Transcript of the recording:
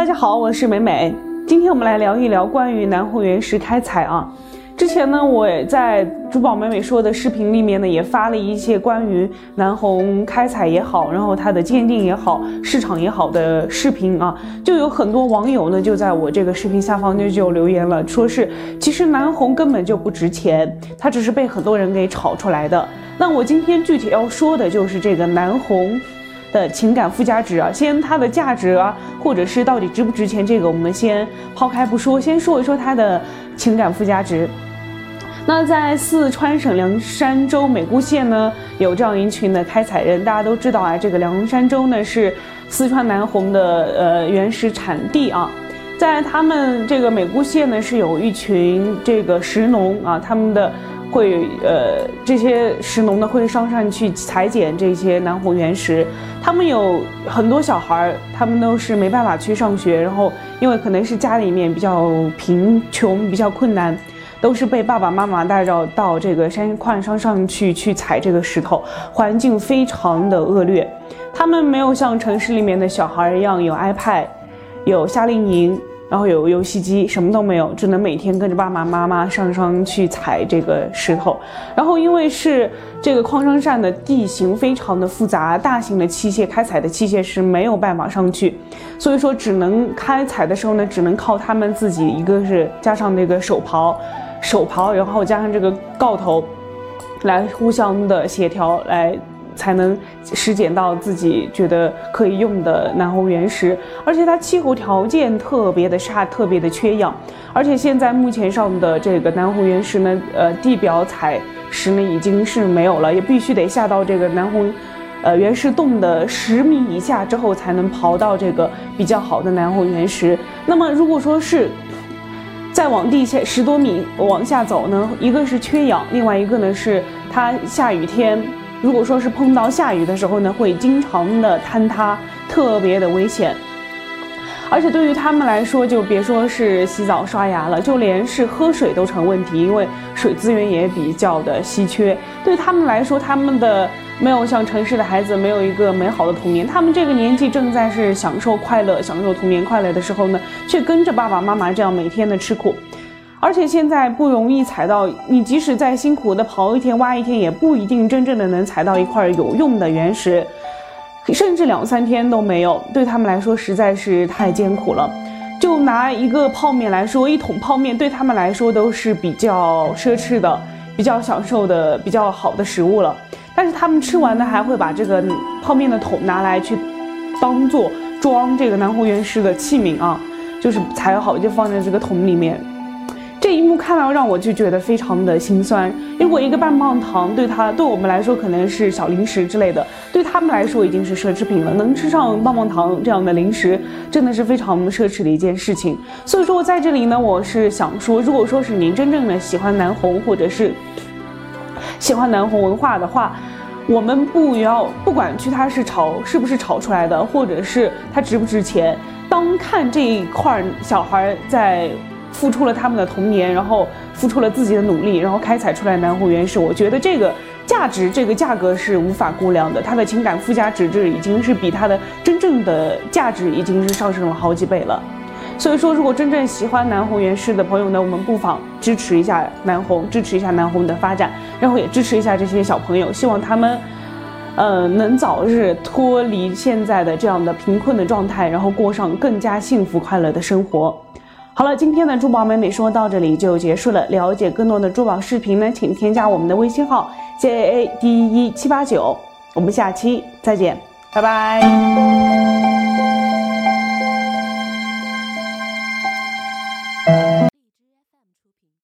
大家好，我是美美。今天我们来聊一聊关于南红原石开采啊。之前呢，我也在珠宝美美说的视频里面呢，也发了一些关于南红开采也好，然后它的鉴定也好，市场也好的视频啊，就有很多网友呢就在我这个视频下方就留言了，说是其实南红根本就不值钱，它只是被很多人给炒出来的。那我今天具体要说的就是这个南红的情感附加值啊，先它的价值啊，或者是到底值不值钱，这个我们先抛开不说，先说一说它的情感附加值。那在四川省凉山州美姑县呢，有这样一群的开采人，大家都知道啊，这个凉山州呢是四川南红的原石产地啊。在他们这个美姑县呢，是有一群这个石农啊，他们的这些石农呢会上去裁剪这些南红原石。他们有很多小孩，他们都是没办法去上学，然后因为可能是家里面比较贫穷，比较困难，都是被爸爸妈妈带着到这个山矿上去采这个石头，环境非常的恶劣。他们没有像城市里面的小孩一样有 iPad， 有夏令营，然后有游戏机，什么都没有，只能每天跟着爸爸妈妈上去采这个石头。然后因为是这个矿山的地形非常的复杂，大型的器械开采的器械是没有办法上去，所以说只能开采的时候呢，只能靠他们自己，一个是加上那个手刨，然后加上这个镐头，来互相的协调，来才能拾捡到自己觉得可以用的南红原石。而且它气候条件特别的差，特别的缺氧。而且现在目前上的这个南红原石呢，地表采石呢已经是没有了，也必须得下到这个南红原石洞的10米以下之后，才能刨到这个比较好的南红原石。那么如果说是再往地下10多米往下走呢，一个是缺氧，另外一个呢是它下雨天，如果说是碰到下雨的时候呢，会经常的坍塌，特别的危险。而且对于他们来说，就别说是洗澡刷牙了，就连是喝水都成问题，因为水资源也比较的稀缺。对他们来说，他们的没有像城市的孩子没有一个美好的童年，他们这个年纪正在是享受快乐、享受童年快乐的时候呢，却跟着爸爸妈妈这样每天的吃苦。而且现在不容易采到，你即使再辛苦的刨一天挖一天，也不一定真正的能采到一块有用的原石，甚至2、3天都没有，对他们来说实在是太艰苦了。就拿一个泡面来说，一桶泡面对他们来说都是比较奢侈的、比较享受的、比较好的食物了。但是他们吃完呢，还会把这个泡面的桶拿来去当做装这个南红原石的器皿啊，就是裁好就放在这个桶里面。这一幕看到让我就觉得非常的心酸。如果一个棒棒糖对我们来说可能是小零食之类的，对他们来说已经是奢侈品了。能吃上棒棒糖这样的零食，真的是非常奢侈的一件事情。所以说我在这里呢，我是想说，如果说是您真正的喜欢南红，或者是喜欢南红文化的话，我们不管去它是不是炒出来的，或者是它值不值钱，当看这一块小孩在付出了他们的童年，然后付出了自己的努力，然后开采出来南红原石，我觉得这个价值、这个价格是无法估量的。它的情感附加值已经是比它的真正的价值已经是上升了好几倍了。所以说，如果真正喜欢南红原石的朋友呢，我们不妨支持一下南红，支持一下南红的发展，然后也支持一下这些小朋友，希望他们能早日脱离现在的这样的贫困的状态，然后过上更加幸福快乐的生活。好了，今天的珠宝美美说到这里就结束了。了解更多的珠宝视频呢，请添加我们的微信号 JAAD11789。我们下期再见，拜拜。